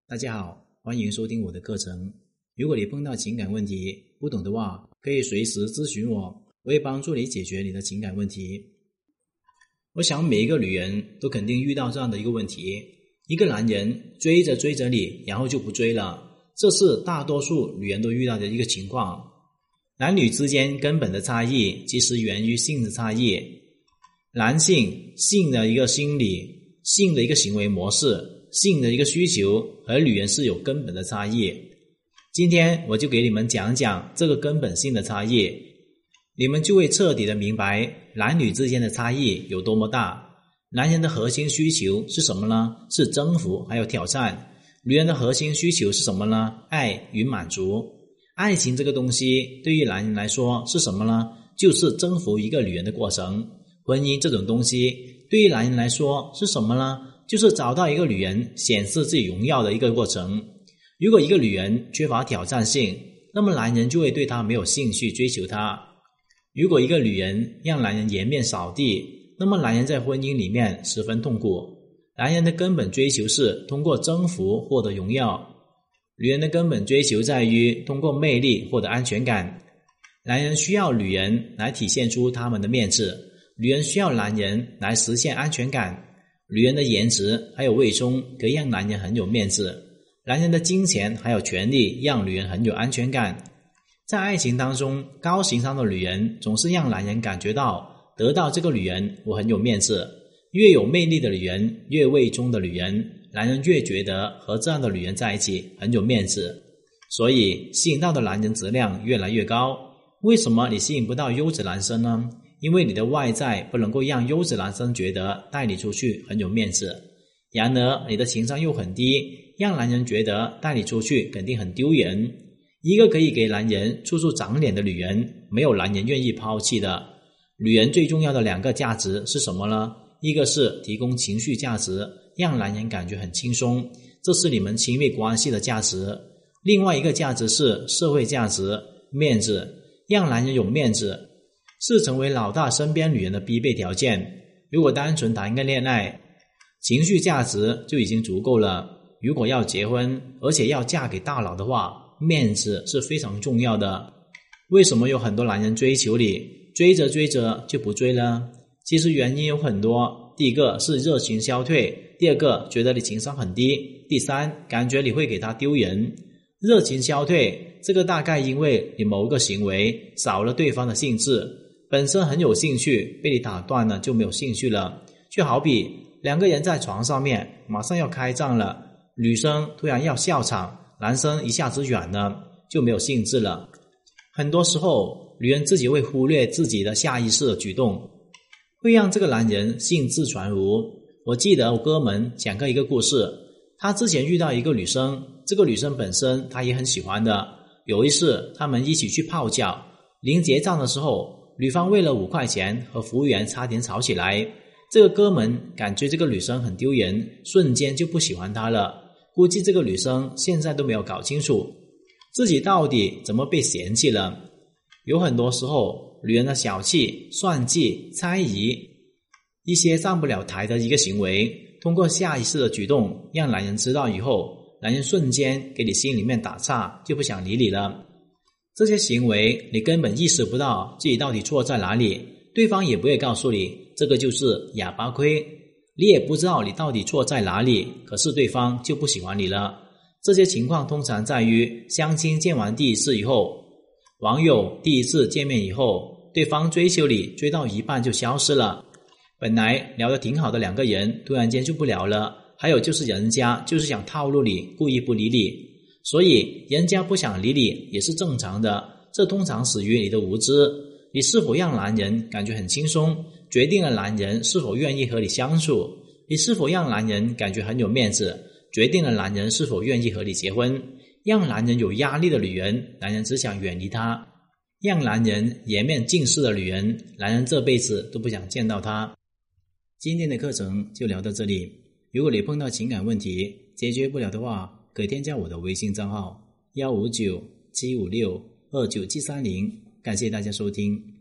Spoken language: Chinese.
大家好，欢迎收听我的课程。如果你碰到情感问题不懂的话，可以随时咨询我，我会帮助你解决你的情感问题。我想每一个女人都肯定遇到这样的一个问题，一个男人追着追着你，然后就不追了，这是大多数女人都遇到的一个情况。男女之间根本的差异其实源于性的差异，男性性的一个心理，性的一个行为模式，性的一个需求和女人是有根本的差异。今天我就给你们讲讲这个根本性的差异，你们就会彻底的明白男女之间的差异有多么大。男人的核心需求是什么呢？是征服还有挑战。女人的核心需求是什么呢？爱与满足。爱情这个东西对于男人来说是什么呢？就是征服一个女人的过程。婚姻这种东西对于男人来说是什么呢？就是找到一个女人显示自己荣耀的一个过程。如果一个女人缺乏挑战性，那么男人就会对她没有兴趣追求她。如果一个女人让男人颜面扫地，那么男人在婚姻里面十分痛苦。男人的根本追求是通过征服获得荣耀，女人的根本追求在于通过魅力获得安全感。男人需要女人来体现出他们的面子，女人需要男人来实现安全感。女人的颜值还有味中可以让男人很有面子，男人的金钱还有权力让女人很有安全感。在爱情当中，高情商的女人总是让男人感觉到得到这个女人我很有面子。越有魅力的女人，越位中的女人，男人越觉得和这样的女人在一起很有面子，所以吸引到的男人质量越来越高。为什么你吸引不到优质男生呢？因为你的外在不能够让优质男生觉得带你出去很有面子，然而你的情商又很低，让男人觉得带你出去肯定很丢人。一个可以给男人处处长脸的女人，没有男人愿意抛弃的。女人最重要的两个价值是什么呢？一个是提供情绪价值，让男人感觉很轻松，这是你们亲密关系的价值。另外一个价值是社会价值，面子，让男人有面子，是成为老大身边女人的必备条件。如果单纯谈个恋爱，情绪价值就已经足够了。如果要结婚，而且要嫁给大佬的话，面子是非常重要的。为什么有很多男人追求你，追着追着就不追了？其实原因有很多，第一个是热情消退，第二个觉得你情商很低，第三感觉你会给他丢人。热情消退，这个大概因为你某个行为少了对方的兴致，本身很有兴趣，被你打断了就没有兴趣了。就好比两个人在床上面马上要开战了，女生突然要笑场，男生一下子软了，就没有兴致了。很多时候女人自己会忽略自己的下意识的举动，会让这个男人兴致全无。我记得我哥们讲过一个故事，他之前遇到一个女生，这个女生本身他也很喜欢的。有一次他们一起去泡脚，临结账的时候，女方为了5块钱和服务员差点吵起来。这个哥们感觉这个女生很丢人，瞬间就不喜欢她了。估计这个女生现在都没有搞清楚自己到底怎么被嫌弃了。有很多时候女人的小气、算计、猜疑，一些上不了台的一个行为，通过下意识的举动让男人知道以后，男人瞬间给你心里面打岔，就不想理你了。这些行为你根本意识不到自己到底错在哪里，对方也不会告诉你，这个就是哑巴亏。你也不知道你到底错在哪里，可是对方就不喜欢你了。这些情况通常在于相亲见完第一次以后，网友第一次见面以后，对方追求你追到一半就消失了，本来聊得挺好的两个人突然间就不聊了。还有就是人家就是想套路你，故意不理你，所以人家不想理你也是正常的，这通常始于你的无知。你是否让男人感觉很轻松，决定了男人是否愿意和你相处。你是否让男人感觉很有面子，决定了男人是否愿意和你结婚。让男人有压力的女人，男人只想远离她；让男人颜面尽失的女人，男人这辈子都不想见到她。今天的课程就聊到这里，如果你碰到情感问题解决不了的话，可以添加我的微信账号159-756-29730，感谢大家收听。